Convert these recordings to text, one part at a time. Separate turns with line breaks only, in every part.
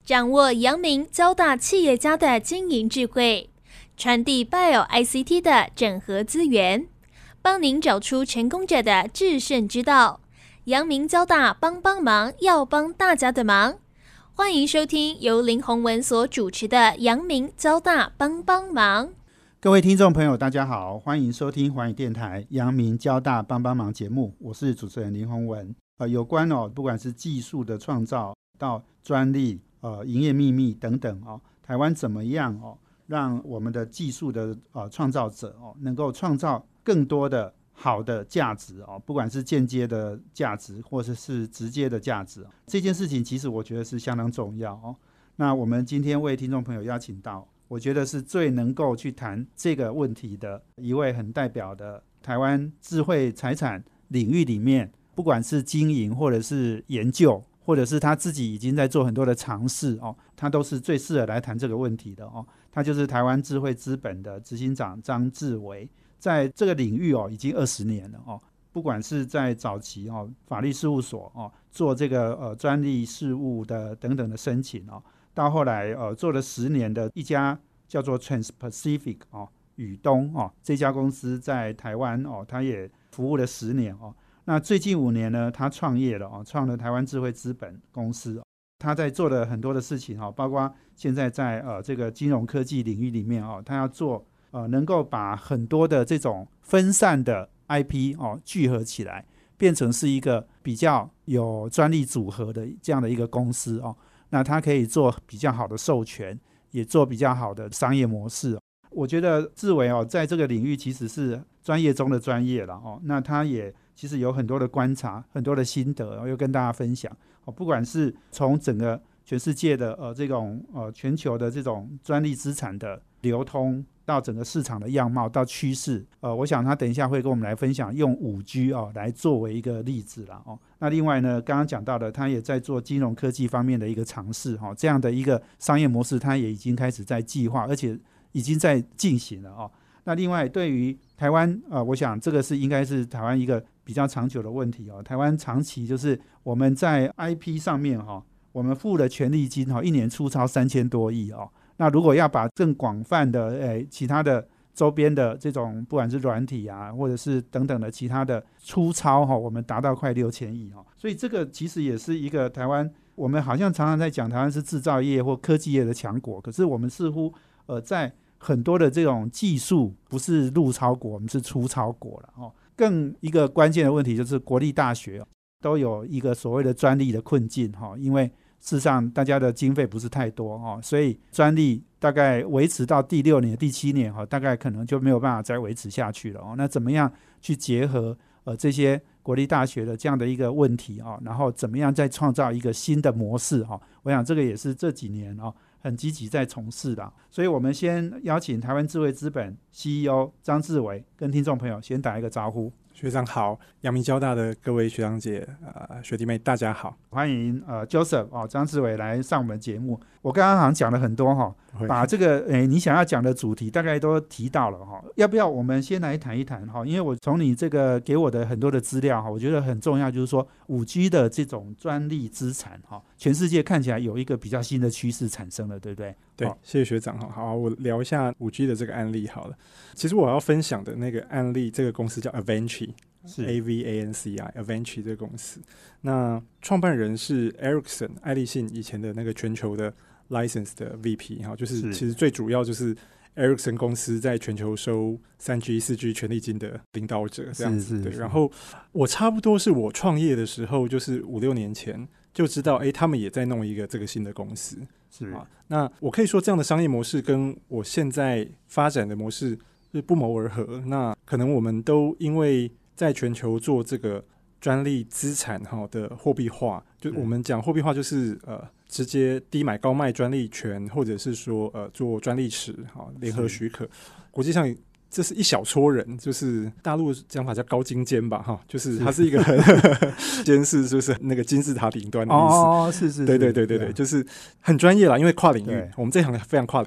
掌握阳明交大企业家的经营智慧，传递 Bio-ICT 的整合资源，帮您找出成功者的制胜之道。阳明交大帮帮忙，要帮大家的忙。欢迎收听由林宏文所主持的阳明交大帮帮忙。
各位听众朋友大家好，欢迎收听寰宇电台阳明交大帮帮忙节目，我是主持人林宏文。有关不管是技术的创造到专利、营业秘密等等台湾怎么样让我们的技术的创造者能够创造更多的好的价值不管是间接的价值或者是直接的价值这件事情其实我觉得是相当重要那我们今天为听众朋友邀请到我觉得是最能够去谈这个问题的一位很代表的台湾智慧财产领域里面，不管是经营或者是研究，或者是他自己已经在做很多的尝试他都是最适合来谈这个问题的他就是台湾智慧资本的执行长张志维，在这个领域已经20年了不管是在早期法律事务所做这个专利事务的等等的申请到后来做了10年的一家叫做 Trans-Pacific 宇东这家公司在台湾他也服务了10年那最近5年呢他创业了创了台湾智慧资本公司他在做了很多的事情包括现在在这个金融科技领域里面他要做能够把很多的这种分散的 IP 聚合起来，变成是一个比较有专利组合的这样的一个公司那他可以做比较好的授权，也做比较好的商业模式我觉得志伟在这个领域其实是专业中的专业了那他也其实有很多的观察，很多的心得要跟大家分享不管是从整个全世界的这种全球的这种专利资产的流通，到整个市场的样貌，到趋势我想他等一下会跟我们来分享用 5G 来作为一个例子啦那另外呢刚刚讲到的他也在做金融科技方面的一个尝试这样的一个商业模式他也已经开始在计划，而且已经在进行了那另外对于台湾我想这个是应该是台湾一个比较长久的问题台湾长期就是我们在 IP 上面我们付了权利金一年出超3000多亿那如果要把更广泛的其他的周边的这种不管是软体或者是等等的其他的出超我们达到快6000亿所以这个其实也是一个台湾，我们好像常常在讲台湾是制造业或科技业的强国，可是我们似乎在很多的这种技术不是入超国，我们是出超国了更一个关键的问题就是国立大学都有一个所谓的专利的困境因为事实上大家的经费不是太多所以专利大概维持到第6年第7年大概可能就没有办法再维持下去了那怎么样去结合这些国立大学的这样的一个问题然后怎么样再创造一个新的模式我想这个也是这几年很积极在从事的所以我们先邀请台湾智慧资本 CEO 张志维跟听众朋友先打一个招呼。
学长好，阳明交大的各位学长姐学弟妹大家好，
欢迎Joseph 张志伟来上我们节目。我刚刚好像讲了很多把这个你想要讲的主题大概都提到了要不要我们先来谈一谈因为我从你这个给我的很多的资料我觉得很重要，就是说 5G 的这种专利资产全世界看起来有一个比较新的趋势产生了，对不对？
对，谢谢学长好，我聊一下 5G 的这个案例好了。其实我要分享的那个案例，这个公司叫 Avanci， 是 AVANCI Avanci 这个公司。那创办人是 Ericsson 爱立信以前的那个全球的 license 的 VP 就是其实最主要就是 Ericsson 公司在全球收 3G 4G 权利金的领导者这样子。对，然后我差不多是我创业的时候，就是5-6年前就知道他们也在弄一个这个新的公司是那我可以说这样的商业模式跟我现在发展的模式是不谋而合。那可能我们都因为在全球做这个专利资产的货币化，就我们讲货币化就是直接低买高卖专利权，或者是说做专利池联合许可，国际上这是一小撮人，就是大陆讲法叫高精尖吧就是它是一个尖是就是那个金字塔顶端的意思是对，就是很专业啦，因为跨领域，我们这行非常跨领域。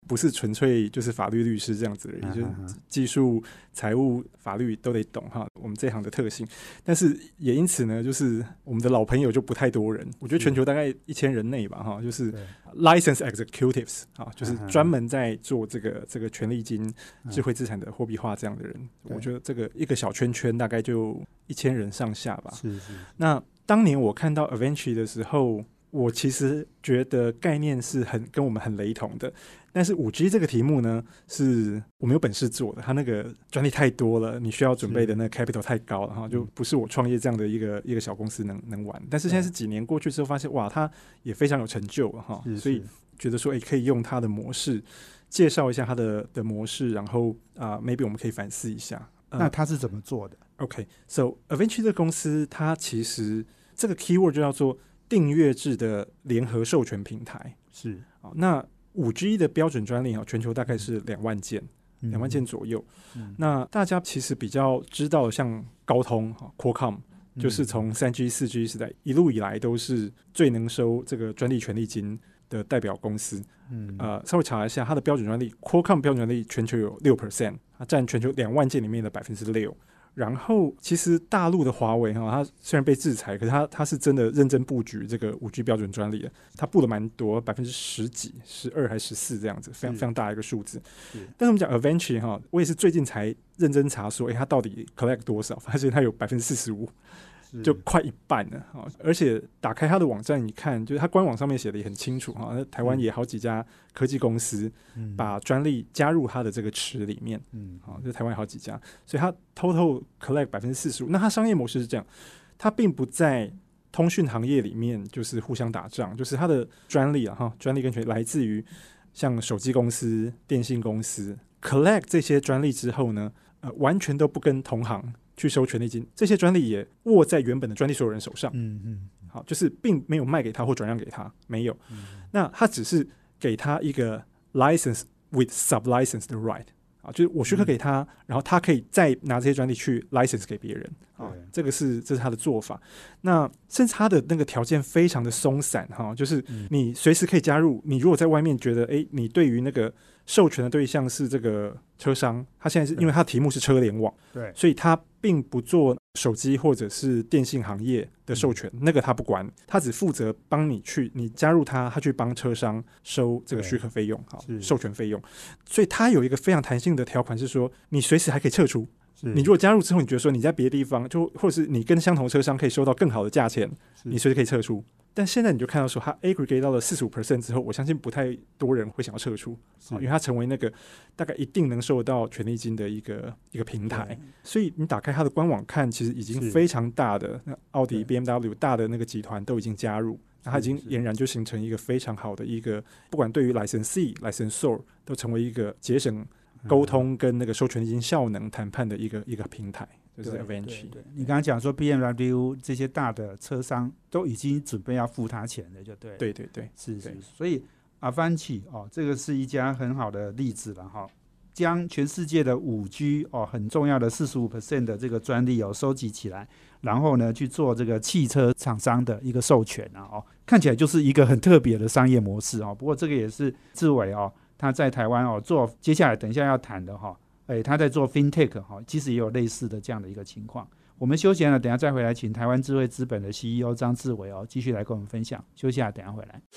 不是纯粹就是法律律师这样子而已，就是技术、财务、法律都得懂哈，我们这行的特性。但是也因此呢，就是我们的老朋友就不太多人，我觉得全球大概1000人内吧哈，就是 license executives 啊，就是专门在做这个权利金、智慧资产的货币化这样的人，我觉得这个一个小圈圈大概就1000人上下吧。
是。
那当年我看到 Avanci 的时候，我其实觉得概念是跟我们很雷同的，但是 5G 这个题目呢，是我没有本事做的，它那个专利太多了，你需要准备的那个 capital 太高了哈，就不是我创业这样的一个小公司能玩。但是现在是几年过去之后，发现哇，它也非常有成就哈，所以觉得说，可以用它的模式介绍一下它的模式，然后maybe 我们可以反思一下。
那它是怎么做的
？OK，so Avanci 这个公司，它其实这个 keyword 就叫做订阅制的联合授权平台。
是。
那 5G 的标准专利全球大概是2万件，2万件左右。那大家其实比较知道的，像高通 Qualcomm， 就是从3G、4G 时代一路以来都是最能收这个专利权利金的代表公司。稍微查一下，它的标准专利 Qualcomm 标准专利全球有 6%， 它占全球2万件里面的 6%。然后其实大陆的华为它虽然被制裁，可是它是真的认真布局这个 5G 标准专利的，它布了蛮多，10几、12还14这样子，非常非常大的一个数字。但是我们讲 Avanci 我也是最近才认真查说，它到底 collect 多少，发现它有 45%。就快一半了，而且打开他的网站一看，就是他官网上面写的也很清楚哈，台湾也好几家科技公司把专利加入他的这个池里面，就台湾有好几家，所以他 total collect 45%。那他商业模式是这样，他并不在通讯行业里面就是互相打仗，就是他的专利专利跟权利来自于像手机公司、电信公司 collect 这些专利之后呢，完全都不跟同行去收权利金，这些专利也握在原本的专利所有人手上。好，就是并没有卖给他或转让给他，没有。那他只是给他一个 license with sub-license 的 right， 就是我许可给他，然后他可以再拿这些专利去 license 给别人。这是他的做法。那甚至他的那个条件非常的松散，就是你随时可以加入。你如果在外面觉得你对于那个授权的对象是这个车商，他现在是因为他的题目是车联网，
对，
所以他并不做手机或者是电信行业的授权，那个他不管，他只负责帮你加入他去帮车商收这个许可费用，授权费用。所以他有一个非常弹性的条款是说，你随时还可以撤出。你如果加入之后，你觉得说你在别的地方或者是你跟相同车商可以收到更好的价钱，你随时可以撤出。但现在你就看到说，它 aggregate 到了 45% 之后，我相信不太多人会想要撤出，因为它成为那个大概一定能收到权利金的一个平台。所以你打开它的官网看，其实已经非常大的奥迪、BMW 大的那个集团都已经加入，它已经俨然就形成一个非常好的一个，不管对于 licensee、licensor 都成为一个节省沟通跟那个收权利金效能谈判的一个平台。就是 Avanci。
你刚刚讲说 BMW 这些大的车商都已经准备要付他钱了，就对了。
对，
是。所以 Avanci 这个是一家很好的例子了哈，将全世界的 5G 很重要的 45% 的这个专利收集起来，然后呢去做这个汽车厂商的一个授权看起来就是一个很特别的商业模式不过这个也是志伟他在台湾做接下来等一下要谈的他在做 FinTech 其实也有类似的这样的一个情况。我们休息了，等一下再回来，请台湾智慧资本的 CEO 张志伟继续来跟我们分享。休息了，等一下回来。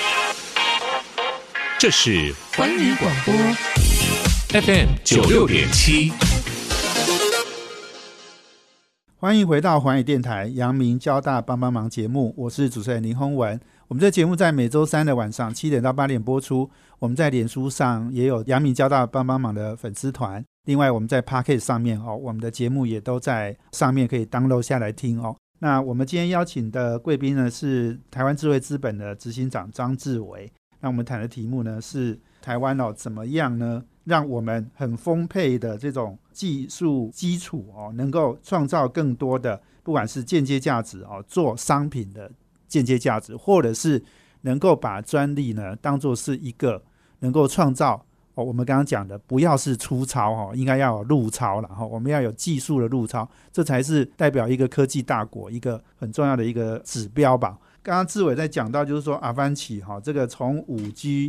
这是环宇广播 FM 96.7，
欢迎回到环宇电台阳明交大帮帮忙节目，我是主持人林宏文。我们这节目在每周三的晚上7点到8点播出。我们在脸书上也有阳明交大帮帮忙的粉丝团，另外我们在 Podcast 上面我们的节目也都在上面可以 download 下来听那我们今天邀请的贵宾呢是台湾智慧资本的执行长张志伟。那我们谈的题目呢是台湾怎么样呢让我们很丰沛的这种技术基础能够创造更多的不管是间接价值做商品的间接价值，或者是能够把专利呢当作是一个能够创造我们刚刚讲的不要是粗糙应该要有入超了我们要有技术的入超，这才是代表一个科技大国一个很重要的一个指标吧。刚刚志伟在讲到就是说Avanci这个从 5G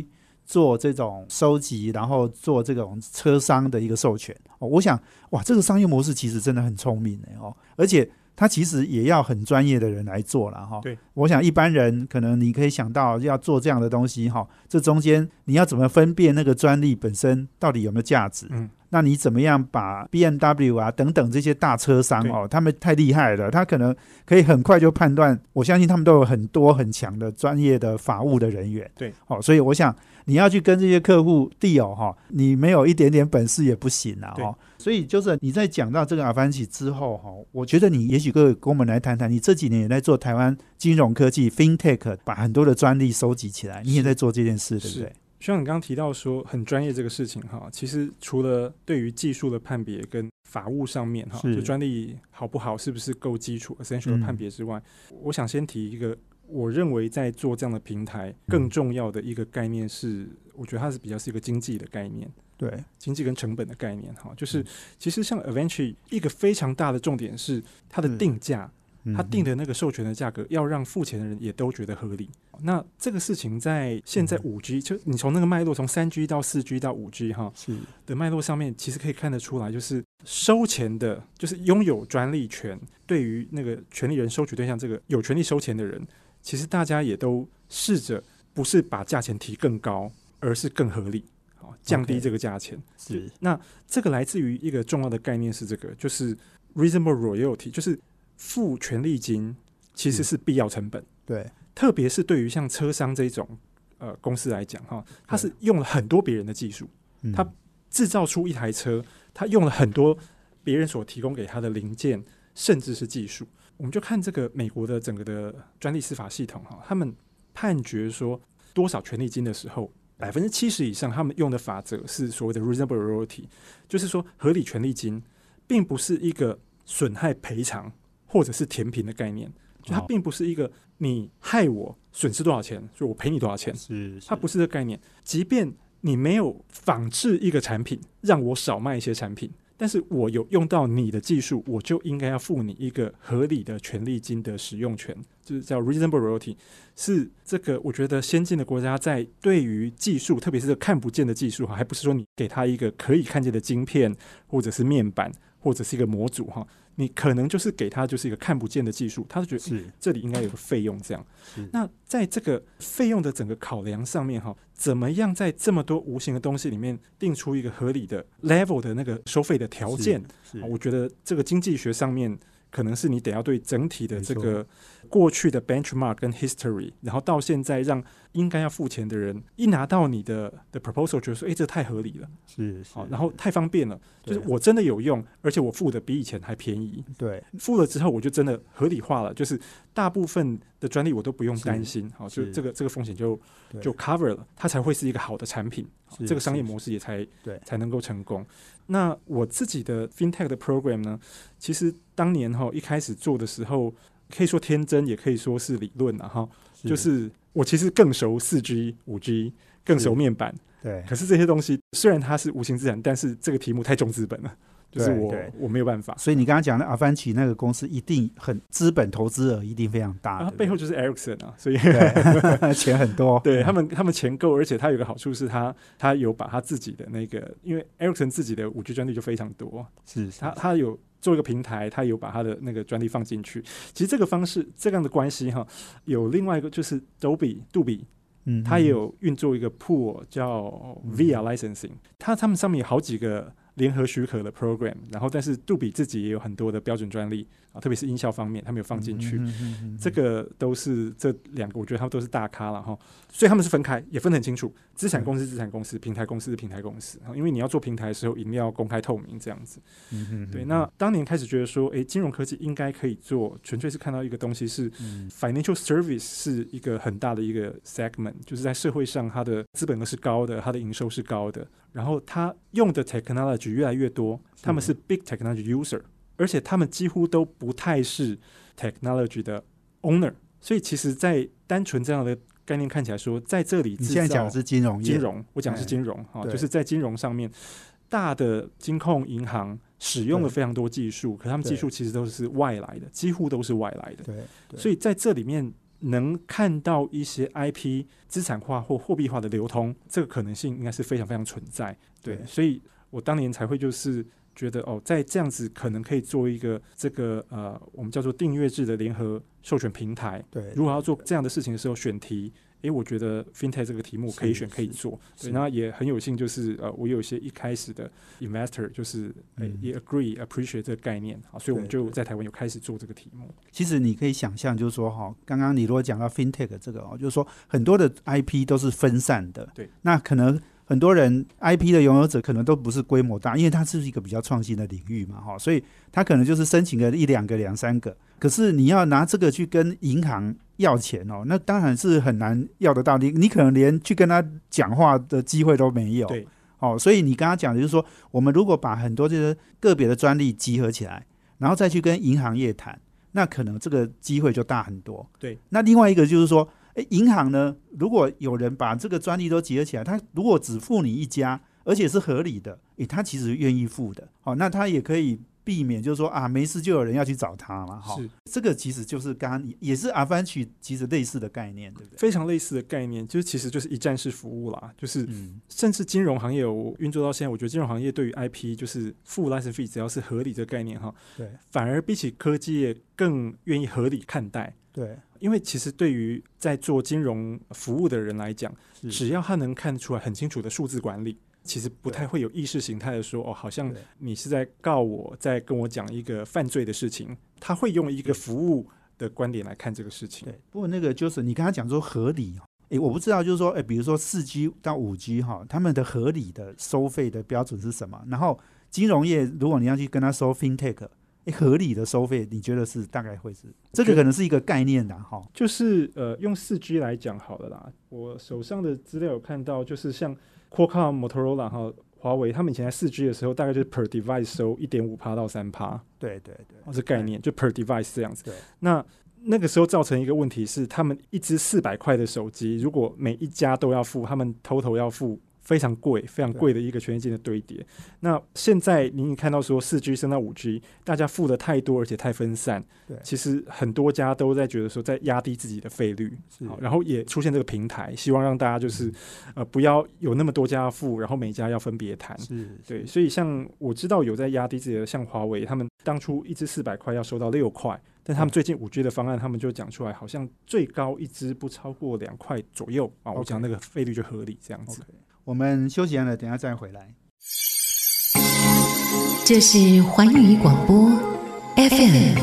做这种收集，然后做这种车商的一个授权。我想哇，这个商业模式其实真的很聪明而且它其实也要很专业的人来做啦
对，
我想一般人可能你可以想到要做这样的东西这中间你要怎么分辨那个专利本身到底有没有价值？那你怎么样把 BMW 啊等等这些大车商他们太厉害了，他可能可以很快就判断，我相信他们都有很多很强的专业的法务的人员。
对，
所以我想你要去跟这些客户 deal 你没有一点点本事也不行啊所以就是你在讲到这个 Avanci 之后我觉得你也许可以跟我们来谈谈，你这几年也在做台湾金融科技 FinTech， 把很多的专利收集起来，你也在做这件事，对不对？
像你刚刚提到说很专业这个事情其实除了对于技术的判别跟法务上面就专利好不好是不是够基础 essential 的判别之外，我想先提一个我认为在做这样的平台更重要的一个概念是，我觉得它是比较是一个经济的概念，
对，
经济跟成本的概念就是其实像 Avanci 一个非常大的重点是它的定价，他定的那个授权的价格要让付钱的人也都觉得合理。那这个事情在现在 5G 就你从那个脉络从 3G 到 4G 到 5G 的脉络上面其实可以看得出来，就是收钱的就是拥有专利权对于那个权利人收取对象这个有权利收钱的人，其实大家也都试着不是把价钱提更高，而是更合理降低这个价钱。是，那这个来自于一个重要的概念是这个就是 reasonable royalty， 就是付权利金其实是必要成本。
对，
特别是对于像车商这种公司来讲他是用了很多别人的技术，他制造出一台车，他用了很多别人所提供给他的零件甚至是技术。我们就看这个美国的整个的专利司法系统他们判决说多少权利金的时候，70%以上他们用的法则是所谓的 reasonable royalty， 就是说合理权利金并不是一个损害赔偿或者是填平的概念，就它并不是一个你害我损失多少钱所以我赔你多少钱，它不是这个概念。即便你没有仿制一个产品让我少卖一些产品，但是我有用到你的技术，我就应该要付你一个合理的权利金的使用权，就是叫 reasonable royalty。 是这个我觉得先进的国家在对于技术，特别是看不见的技术，还不是说你给他一个可以看见的晶片或者是面板或者是一个模组你可能就是给他就是一个看不见的技术，他就觉得这里应该有个费用这样。那在这个费用的整个考量上面怎么样在这么多无形的东西里面定出一个合理的 level 的那个收费的条件，我觉得这个经济学上面可能是你得要对整体的这个过去的 benchmark 跟 history， 然后到现在让应该要付钱的人一拿到你的 proposal 觉得说这太合理了，然后太方便了，就是我真的有用，而且我付的比以前还便宜。对，付了之后我就真的合理化了，就是大部分的专利我都不用担心，就这个风险就 cover 了，它才会是一个好的产品，这个商业模式也才能够成功。那我自己的 FinTech 的 program 呢，其实当年一开始做的时候，可以说天真，也可以说是理论就是我其实更熟 4G 5G， 更熟面板，对。可是这些东西虽然它是无形资产，但是这个题目太重资本了，就是我没有办法。
所以你刚刚讲的 Avanci 那个公司一定很资本投资额一定非常大，
它背后就是 Ericsson 所以
钱很多。
对，他们钱够，而且它有个好处是他有把他自己的那个，因为 Ericsson 自己的 5G 专利就非常多，他有做一个平台，他有把他的那个专利放进去。其实这个方式这样的关系有另外一个就是杜比他也有运作一个 pool 叫 Via Licensing， 他们上面有好几个联合许可的 program， 然后但是杜比自己也有很多的标准专利特别是音效方面他们有放进去，这个都是这两个我觉得他们都是大咖了所以他们是分开，也分得很清楚，资产公司资产公司，平台公司是平台公司，因为你要做平台的时候一定要公开透明这样子。对，那当年开始觉得说金融科技应该可以做，纯粹是看到一个东西是financial service 是一个很大的一个 segment， 就是在社会上它的资本额是高的，它的营收是高的，然后它用的 technology 越来越多，他们是 big technology user， 而且他们几乎都不太是 technology 的 owner， 所以其实在单纯这样的概念看起来说，在这里
你现在讲的是金融业，
我讲的是金融就是在金融上面大的金控银行使用了非常多技术，可他们技术其实都是外来的，几乎都是外来的。对，所以在这里面能看到一些 IP 资产化或货币化的流通，这个可能性应该是非常非常存在。对，所以我当年才会就是觉得在这样子可能可以做一个这个我们叫做订阅制的联合授权平台。
对，
如果要做这样的事情的时候，选题，我觉得 FinTech 这个题目可以选可以做。对，那也很有幸，就是我有一些一开始的 investor 就是也 appreciate 这个概念，好，所以我们就在台湾有开始做这个题目。
其实你可以想象，就是说刚刚你如果讲到 FinTech 这个就是说很多的 IP 都是分散的，
对，
那可能很多人 IP 的拥有者可能都不是规模大，因为它是一个比较创新的领域嘛，所以他可能就是申请个1、2个、2、3个，可是你要拿这个去跟银行要钱那当然是很难要得到，你可能连去跟他讲话的机会都没有。
对，
所以你刚刚讲的就是说，我们如果把很多这些个别的专利集合起来，然后再去跟银行业谈，那可能这个机会就大很多。
对，
那另外一个就是说银行呢，如果有人把这个专利都集合起来，他如果只付你一家，而且是合理的，他其实愿意付的。那他也可以避免就是说没事就有人要去找他嘛。
是，
这个其实就是刚刚也是 Avanci 其实类似的概念，对不对？
非常类似的概念，就是其实就是一站式服务啦，就是甚至金融行业我运作到现在，我觉得金融行业对于 IP 就是付 license fee 只要是合理这个概念
对，
反而比起科技业更愿意合理看待。
对，
因为其实对于在做金融服务的人来讲，只要他能看出来很清楚的数字管理，其实不太会有意识形态的说好像你是在告我，在跟我讲一个犯罪的事情，他会用一个服务的观点来看这个事情。
对，不过那个就是你刚才讲说合理，我不知道就是说比如说4G 到5G 他们的合理的收费的标准是什么？然后金融业如果你要去跟他收 FinTech，合理的收费你觉得是大概会是这个可能是一个概念的
就是用 4G 来讲好了啦，我手上的资料有看到，就是像 Qualcomm、Motorola 华为，他们以前在 4G 的时候大概就是 per device 收 1.5% 到 3%。
对，
这概念就 per device 这样子。那个时候造成一个问题是，他们一支400块的手机，如果每一家都要付，他们 total 要付非常贵非常贵的一个权利金的堆叠。那现在你看到说 4G 升到 5G， 大家付的太多而且太分散，其实很多家都在觉得说在压低自己的费率，然后也出现这个平台，希望让大家就是不要有那么多家要付，然后每家要分别谈。对，所以像我知道有在压低自己的，像华为他们当初一支400块要收到6块，但他们最近 5G 的方案他们就讲出来，好像最高一支不超过2块左右我讲那个费率就合理这样子。
我们休息完了，等一下再回来。
这是环宇广播 FM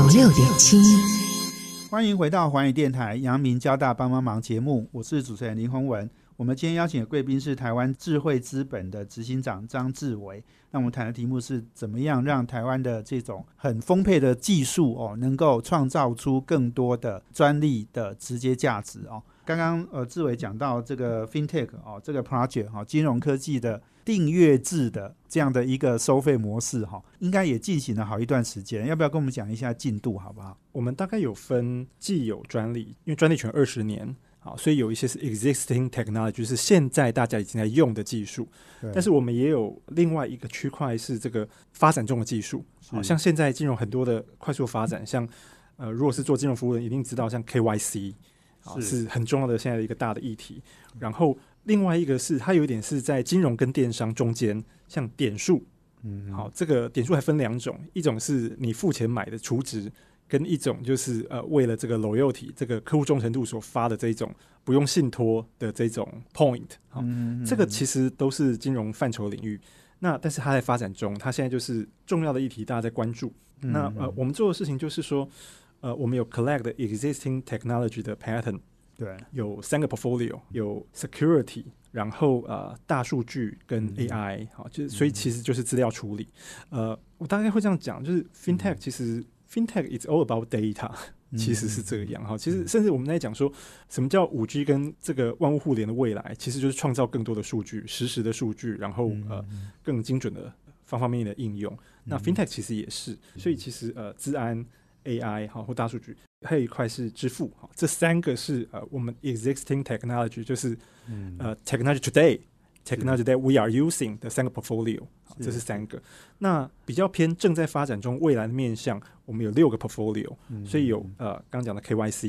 96.7，
欢迎回到环宇电台阳明交大帮帮忙节目，我是主持人林宏文。我们今天邀请的贵宾是台湾智慧资本的执行长张志伟。那我们谈的题目是怎么样让台湾的这种很丰沛的技术能够创造出更多的专利的直接价值刚刚志伟讲到这个 FinTech 这个 project 金融科技的订阅制的这样的一个收费模式应该也进行了好一段时间，要不要跟我们讲一下进度好不好？
我们大概有分既有专利，因为专利权20年，所以有一些是 existing technology， 就是现在大家已经在用的技术，但是我们也有另外一个区块是这个发展中的技术，像现在金融很多的快速发展，像如果是做金融服务的人一定知道，像 KYC 是很重要的现在的一个大的议题。然后另外一个是它有一点是在金融跟电商中间，像点数，这个点数还分2种，一种是你付钱买的储值，跟一种就是为了这个 loyalty 这个客户忠诚度所发的这一种不用信托的这种 point，这个其实都是金融范畴领域。那但是它在发展中，它现在就是重要的议题，大家在关注。那我们做的事情就是说，我们有 collect existing technology 的 pattern， 对，有3个 portfolio， 有 security， 然后大数据跟 AI，所以其实就是资料处理。我大概会这样讲，就是 FinTech 其实FinTech is all about data， 其实是这个样。其实甚至我们在讲说什么叫 5G 跟这个万物互联的未来，其实就是创造更多的数据，实时的数据，然后更精准的方方面面的应用。那 FinTech 其实也是，所以其实资安 AI 或大数据，还有一块是支付，这3个是我们 existing technology， 就是technology today。technology that we are using 的3个 portfolio， 这是3个。那比较偏正在发展中未来的面向，我们有6个 portfolio，所以有刚讲的 KYC，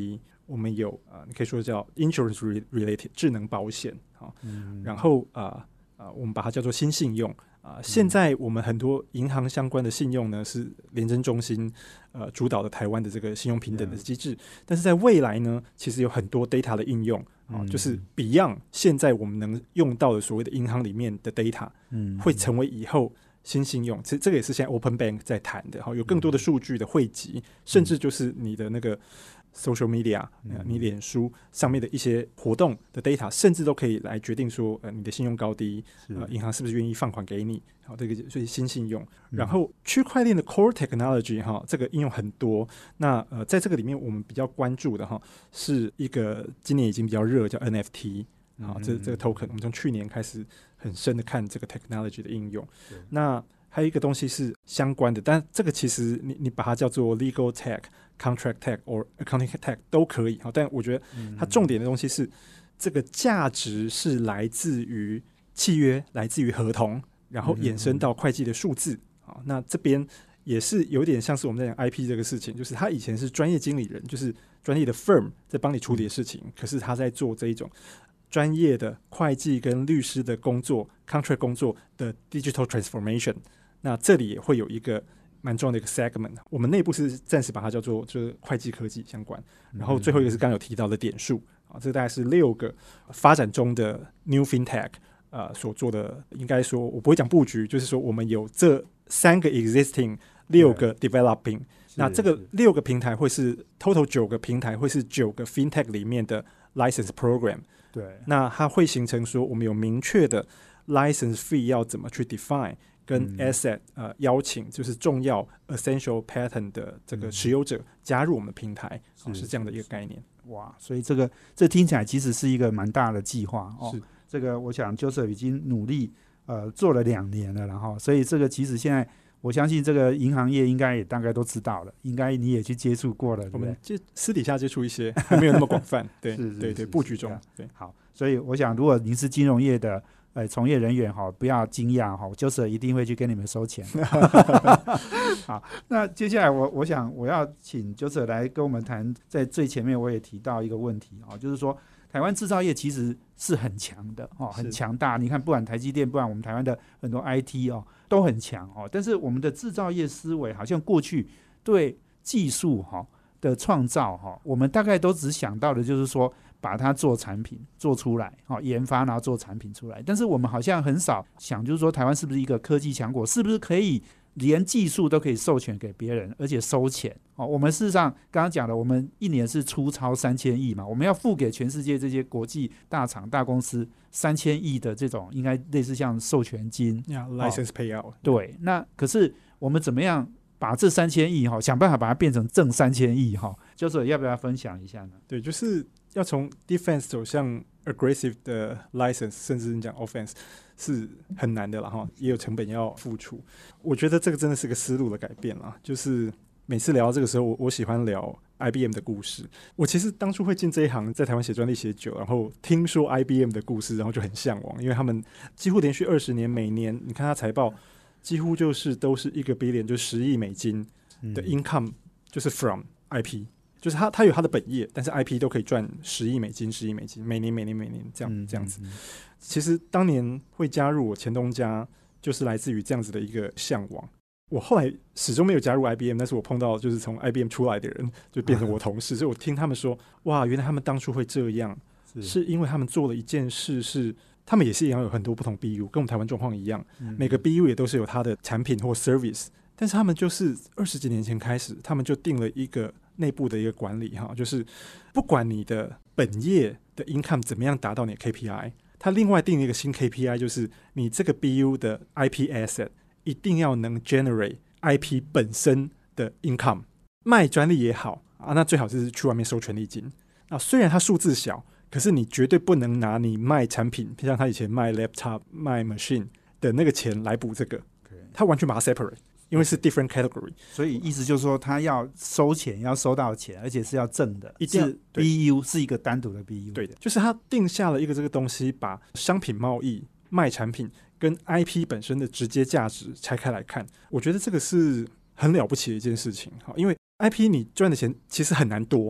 我们有你可以说叫 insurance related 智能保险，然后我们把它叫做新信用。现在我们很多银行相关的信用呢是联征中心主导的台湾的这个信用平等的机制，但是在未来呢，其实有很多 data 的应用，就是 beyond 现在我们能用到的所谓的银行里面的 data，会成为以后新信用，这个也是现在 Open Bank 在谈的，有更多的数据的汇集，甚至就是你的那个social media，你脸书上面的一些活动的 data， 甚至都可以来决定说，你的信用高低，银行是不是愿意放款给你，好，这个所以新信用。然后区块链的 core technology 这个应用很多。那在这个里面，我们比较关注的是一个今年已经比较热叫 NFT，这个 token， 我们从去年开始很深的看这个 technology 的应用。那还有一个东西是相关的，但这个其实你把它叫做 legal tech、contract tech or accounting tech 都可以，但我觉得它重点的东西是这个价值是来自于契约，来自于合同，然后衍生到会计的数字。那这边也是有点像是我们在讲 IP 这个事情，就是他以前是专业经理人，就是专业的 firm 在帮你处理的事情，可是他在做这一种专业的会计跟律师的工作 contract 工作的 digital transformation。那这里也会有一个蛮重要的一个 segment， 我们内部是暂时把它叫做就是会计科技相关。然后最后一个是刚刚有提到的点数，这大概是6个发展中的 new fintech 所做的，应该说我不会讲布局，就是说我们有这3个 existing， 6个 developing。那这个6个平台会是 total 9个平台，会是9个 fintech 里面的 license program。对，那它会形成说我们有明确的 license fee 要怎么去 define。跟 asset 邀请就是重要 essential pattern 的这个持有者加入我们的平台，是这样的一个概念。
哇，所以这听起来其实是一个蛮大的计划哦。这个我想 Joseph 已经努力做了2年了，然后所以这个其实现在我相信这个银行业应该也大概都知道了，应该你也去接触过了，对不对？
我们私底下接触一些，还没有那么广泛。对，对，布局中。对，
好，所以我想如果您是金融业的从业人员不要惊讶，Joseph 一定会去跟你们收钱。好，那接下来我想我要请 Joseph 来跟我们谈，在最前面我也提到一个问题就是说台湾制造业其实是很强的很强大。你看不管台积电，不管我们台湾的很多 IT 都很强但是我们的制造业思维好像过去对技术的创造我们大概都只想到的就是说把它做产品做出来研发然后做产品出来，但是我们好像很少想就是说台湾是不是一个科技强国，是不是可以连技术都可以授权给别人而且收钱我们事实上刚刚讲了，我们一年是出超3000亿嘛，我们要付给全世界这些国际大厂大公司3000亿的这种应该类似像授权金
license payout。
对，那可是我们怎么样把这3000亿想办法把它变成正3000亿就是要不要分享一下呢？
对，就是要从 defense 走向 aggressive 的 license， 甚至你讲 offense 是很难的啦也有成本要付出。我觉得这个真的是个思路的改变啦，就是每次聊到这个时候，我喜欢聊 IBM 的故事。我其实当初会进这一行，在台湾写专利写久，然后听说 IBM 的故事，然后就很向往，因为他们几乎连续20年，每年你看他财报几乎就是都是1个 billion， 就10亿美金的 income，就是 from IP， 就是他有他的本业，但是 IP 都可以赚10亿美金，每年这样子。其实当年会加入我前东家，就是来自于这样子的一个向往。我后来始终没有加入 IBM， 但是我碰到就是从 IBM 出来的人，就变成我同事，所以我听他们说，哇，原来他们当初会这样，是因为他们做了一件事是。他们也是一样有很多不同 BU， 跟我们台湾状况一样，每个 BU 也都是有他的产品或 service， 但是他们就是20几年前开始，他们就定了一个内部的一个管理就是不管你的本业的 income 怎么样达到你的 KPI， 他另外定了一个新 KPI， 就是你这个 BU 的 IP asset 一定要能 generate IP 本身的 income， 卖专利也好那最好是去外面收权利金虽然它数字小，可是你绝对不能拿你卖产品，像他以前卖 laptop 卖 machine 的那个钱来补这个，他完全把它 separate， 因为是 different category。
所以意思就是说他要收钱，要收到钱，而且是要正的，
一定
是 BU 是一个单独的 BU。
对的，就是他定下了一个这个东西，把商品贸易卖产品跟 IP 本身的直接价值拆开来看，我觉得这个是很了不起的一件事情因为 IP 你赚的钱其实很难多，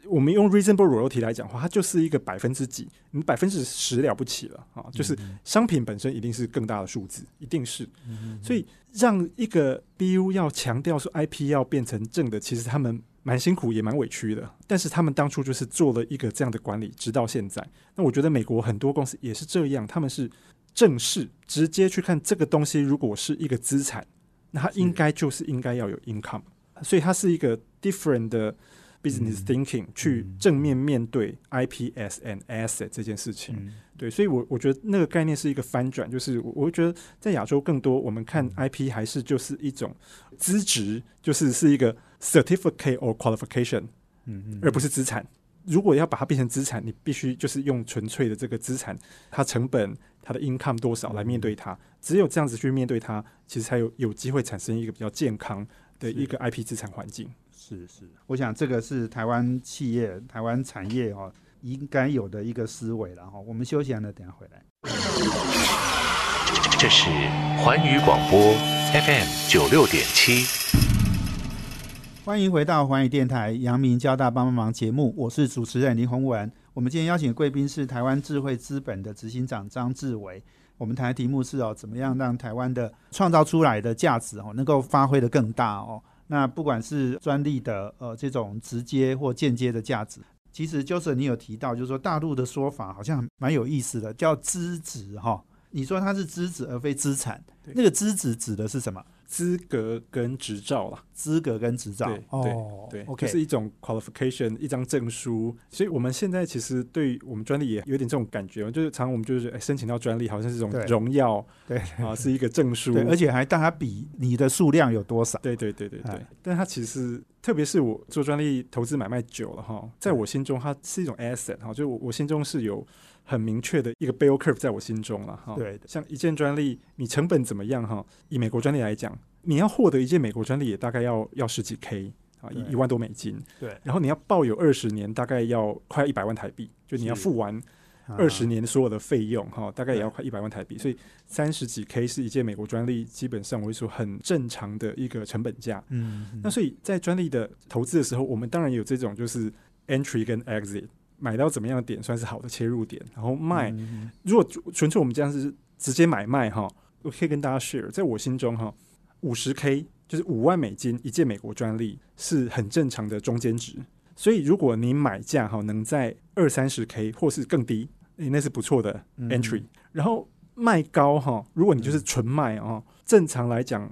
我们用 reasonable royalty 来讲的话，它就是一个几%，你10%了不起了啊！就是商品本身一定是更大的数字，一定是。所以让一个 BU 要强调说 IP 要变成正的，其实他们蛮辛苦也蛮委屈的，但是他们当初就是做了一个这样的管理，直到现在。那我觉得美国很多公司也是这样，他们是正式直接去看这个东西，如果是一个资产，那它应该要有 income， 所以它是一个 different 的 business thinking，去正面面对 IP as an asset 这件事情。对，所以我觉得那个概念是一个翻转，就是我觉得在亚洲更多我们看 IP 还是就是一种资质，就是一个 certificate or qualification，而不是资产。如果要把它变成资产，你必须就是用纯粹的这个资产，它成本、它的 income 多少来面对它，只有这样子去面对它，其实才有机会产生一个比较健康的一个 IP 资产环境。
是，我想这个是台湾企业、台湾产业应该有的一个思维了。我们休息完了，等一下回来。
这是环宇广播 FM96.7。
欢迎回到环宇电台阳明交大帮帮忙节目，我是主持人林宏文。我们今天邀请的贵宾是台湾智慧资本的执行长张志伟。我们谈的题目是怎么样让台湾的创造出来的价值能够发挥得更大那不管是专利的这种直接或间接的价值，其实Joseph你有提到，就是说大陆的说法好像蛮有意思的，叫资质你说它是资质而非资产，那个资质指的是什么？
资格跟执照啦，
资格跟执照，
对
，OK，
就是一种 qualification， 一张证书。所以我们现在其实对我们专利也有点这种感觉，就是常常我们就是申请到专利，好像是一种荣耀，对是一个证书，
对，而且还大家比你的数量有多少，
对，但它其实特别是我做专利投资买卖久了在我心中它是一种 asset 就我心中是有很明确的一个 bell curve 在我心中了对，像一件专利，你成本怎么样以美国专利来讲，你要获得一件美国专利也大概要10几 K 1万多美金，对，然后你要抱有20年，大概要快100万台币，就你要付完20年所有的费用大概也要快100万台币，所以30几 K 是一件美国专利，基本上我会说很正常的一个成本价。那所以在专利的投资的时候，我们当然有这种就是 entry 跟 exit。买到怎么样的点算是好的切入点，然后卖。如果纯粹我们这样是直接买卖我可以跟大家 share， 在我心中50K 就是5万美金一件美国专利是很正常的中间值。所以如果你买价能在20-30K 或是更低，那是不错的 entry。然后卖高如果你就是纯卖正常来讲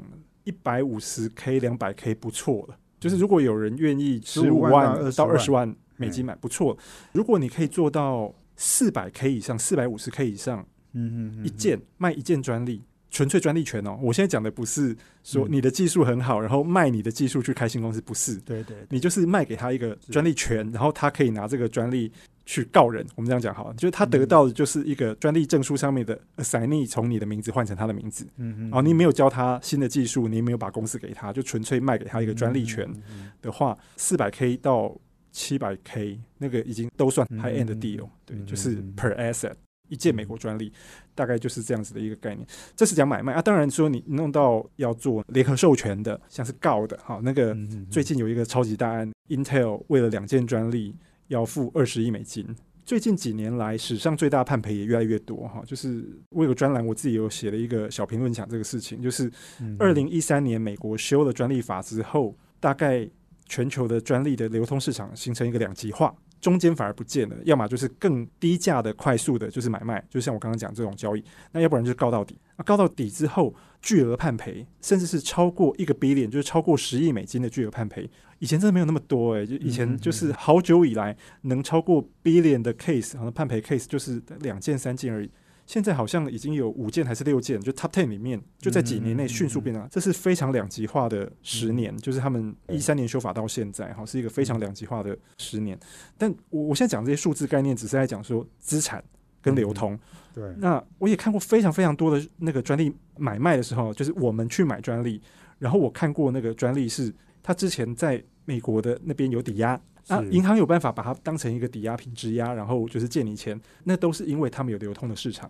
150K 200K 不错了。就是如果有人愿意15万到20万美金买，不错。如果你可以做到400K 以上、450K 以上，一件卖一件专利，纯粹专利权我现在讲的不是说你的技术很好，然后卖你的技术去开新公司，不是。对，你就是卖给他一个专利权，然后他可以拿这个专利去告人。我们这样讲好了，就是他得到的就是一个专利证书上面的 assignee 从你的名字换成他的名字，然后你没有教他新的技术，你没有把公司给他，就纯粹卖给他一个专利权的话，400K 到700K 那个已经都算 high end 的 deal，对，就是 per asset 一件美国专利，大概就是这样子的一个概念。这是讲买卖当然说你弄到要做联合授权的，像是告的那个最近有一个超级大案，Intel 为了2件专利要付20亿美金。最近几年来史上最大判赔也越来越多就是我有个专栏，我自己有写了一个小评论讲这个事情，就是2013年美国修了专利法之后，大概全球的专利的流通市场形成一个两极化，中间反而不见了，要么就是更低价的快速的就是买卖，就像我刚刚讲这种交易，那要不然就是告到底，告到底之后巨额判赔，甚至是超过1个 billion， 就是超过10亿美金的巨额判赔。以前真的没有那么多就以前就是好久以来能超过 billion 的 case， 好像判赔 case 就是2件3件而已，现在好像已经有5件还是6件，就 top 10里面就在几年内迅速变大，这是非常两极化的10年，就是他们13年修法到现在是一个非常两极化的10年。但我现在讲这些数字概念只是在讲说资产跟流通，对。那我也看过非常非常多的那个专利买卖的时候，就是我们去买专利，然后我看过那个专利是他之前在美国的那边有抵押，银行有办法把它当成一个抵押品质押，然后就是借你钱，那都是因为他们有流通的市场。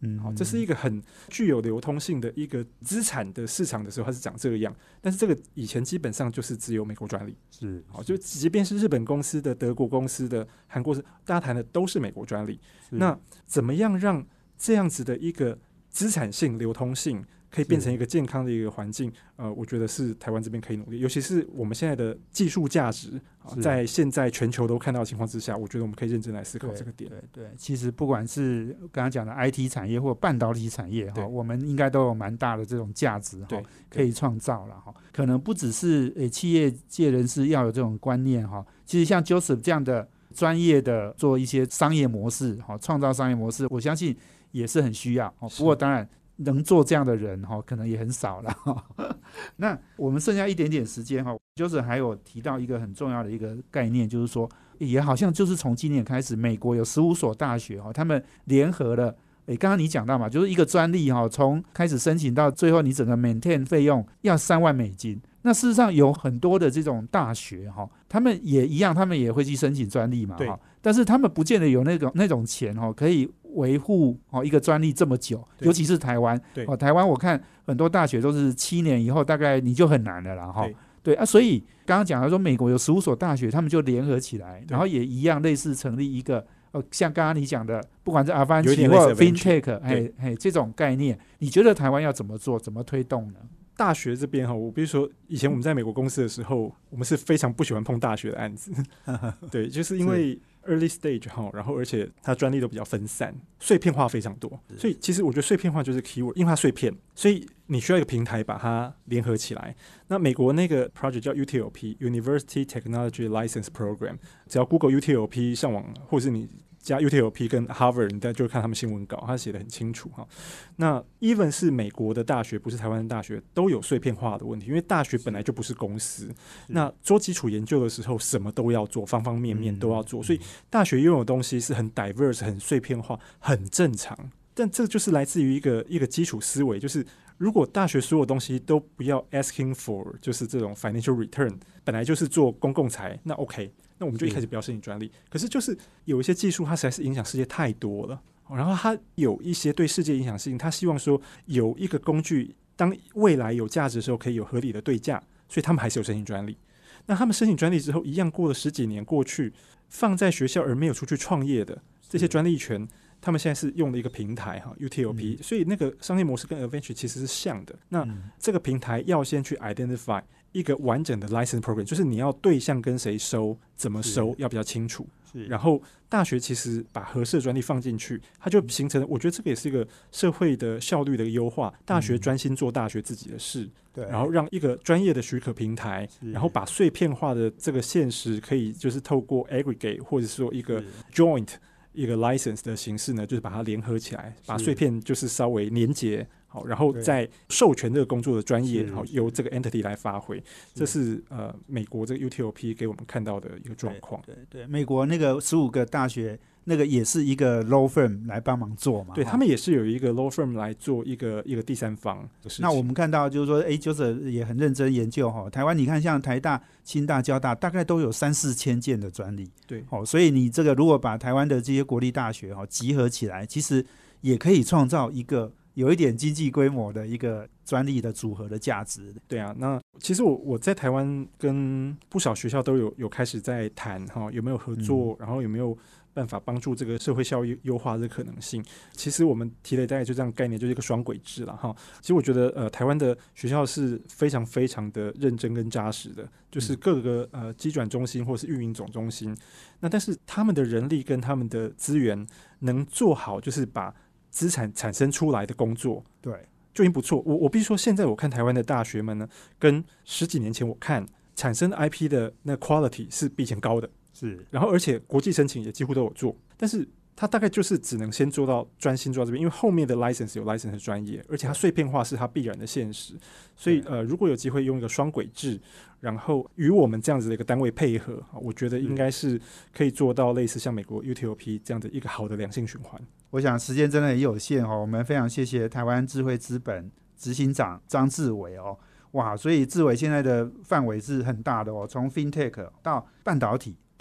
好，这是一个很具有流通性的一个资产的市场的时候，它是长这个样。但是这个以前基本上就是只有美国专利，好，就即便是日本公司的、德国公司的、韩国大家谈的都是美国专利。那怎么样让这样子的一个资产性、流通性可以变成一个健康的一个环境？我觉得是台湾这边可以努力，尤其是我们现在的技术价值，在现在全球都看到的情况之下，我觉得我们可以认真来思考这个点。
对，其实不管是刚刚讲的 IT 产业或半导体产业，我们应该都有蛮大的这种价值可以创造了。可能不只是企业界人士要有这种观念，其实像 Joseph 这样的专业的做一些商业模式，创造商业模式，我相信也是很需要。不过当然能做这样的人可能也很少了。那我们剩下一点点时间，就是还有提到一个很重要的一个概念，就是说也好像就是从今年开始，美国有15所大学他们联合了，刚刚你讲到嘛，就是一个专利从开始申请到最后你整个 maintain 费用要3万美金。那事实上有很多的这种大学他们也一样，他们也会去申请专利嘛，但是他们不见得有那种钱可以维护一个专利这么久，尤其是台湾。台湾我看很多大学都是7年以后大概你就很难了啦。对啊，所以刚刚讲到说美国有15所大学，他们就联合起来，然后也一样类似成立一个像刚刚你讲的，不管是 Avanci 或 FinTech 这种概念，你觉得台湾要怎么做，怎么推动呢？
大学这边我比如说以前我们在美国公司的时候，我们是非常不喜欢碰大学的案子。对，就是因为 early stage 然后而且它专利都比较分散，碎片化非常多，所以其实我觉得碎片化就是 keyword， 因为它碎片，所以你需要一个平台把它联合起来。那美国那个 project 叫 UTLP University Technology License Program， 只要 Google UTLP 上网，或是你加 UTLP 跟 Harvard， 你就看他们新闻稿，他写得很清楚。那 even 是美国的大学，不是台湾的大学，都有碎片化的问题，因为大学本来就不是公司，那做基础研究的时候什么都要做，方方面面都要做，所以大学拥有的东西是很 diverse 很碎片化，很正常。但这就是来自于一个基础思维，就是如果大学所有东西都不要 asking for 就是这种 financial return， 本来就是做公共财，那 OK，那我们就一开始不要申请专利。可是就是有一些技术它实在是影响世界太多了，然后它有一些对世界影响性，它希望说有一个工具，当未来有价值的时候可以有合理的对价，所以他们还是有申请专利。那他们申请专利之后，一样过了10几年过去，放在学校而没有出去创业的这些专利权，他们现在是用了一个平台UTLP，所以那个商业模式跟 Avanci 其实是像的。那这个平台要先去 identify 一个完整的 license program， 就是你要对象跟谁收，怎么收要比较清楚。然后大学其实把合适的专利放进去，它就形成，我觉得这个也是一个社会的效率的一个优化。大学专心做大学自己的事，然后让一个专业的许可平台，然后把碎片化的这个现实可以就是透过 aggregate 或者说一个 joint一个 license 的形式呢，就是把它联合起来，把碎片就是稍微连结好，然后在授权这个工作的专业好由这个 entity 来发挥。这是美国这个 UTLP 给我们看到的一个状况。
对，美国那个15个大学那个也是一个 law firm 来帮忙做嘛，
对，他们也是有一个 law firm 来做一个第三方的事情。
那我们看到就是说就是也很认真研究台湾你看像台大、清大、交大大概都有3-4千件的专利，
对，
所以你这个如果把台湾的这些国立大学集合起来，其实也可以创造一个有一点经济规模的一个专利的组合的价值。
对啊，那其实我在台湾跟不少学校都有开始在谈有没有合作，然后有没有办法帮助这个社会效益优化的可能性。其实我们提了大概就这样概念，就是一个双轨制啦哈。其实我觉得台湾的学校是非常非常的认真跟扎实的，就是各个机转中心或是运营总中心，那但是他们的人力跟他们的资源能做好，就是把资产产生出来的工作，
对，
就已经不错。我必须说，现在我看台湾的大学们呢，跟10几年前我看产生的 IP 的那 quality 是比以前高的，
是。然
后而且国际申请也几乎都有做，但是它大概就是只能先做到专心做到这边，因为后面的 license 有 license 的专业，而且它碎片化是它必然的现实。所以如果有机会用一个双轨制，然后与我们这样子的一个单位配合，我觉得应该是可以做到类似像美国 UTLP 这样的一个好的良性循环。
我想时间真的也有限我们非常谢谢台湾智慧资本执行长张志伟哇，所以志伟现在的范围是很大的从 FinTech 到半导体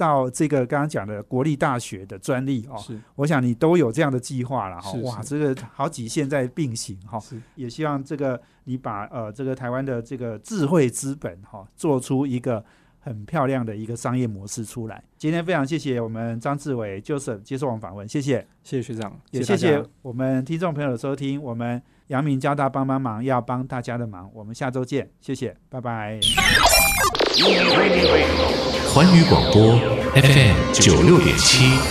到这个刚刚讲的国立大学的专利我想你都有这样的计划了哇，这个好几线在并行也希望这个你把这个台湾的这个智慧资本做出一个很漂亮的一个商业模式出来。今天非常谢谢我们张志伟 Joseph 接受我们访问，谢谢
学长，
也谢谢我们听众朋友的收听。我们阳明交大帮忙要帮大家的忙，我们下周见，谢谢，拜拜。
环宇广播 FM 96.7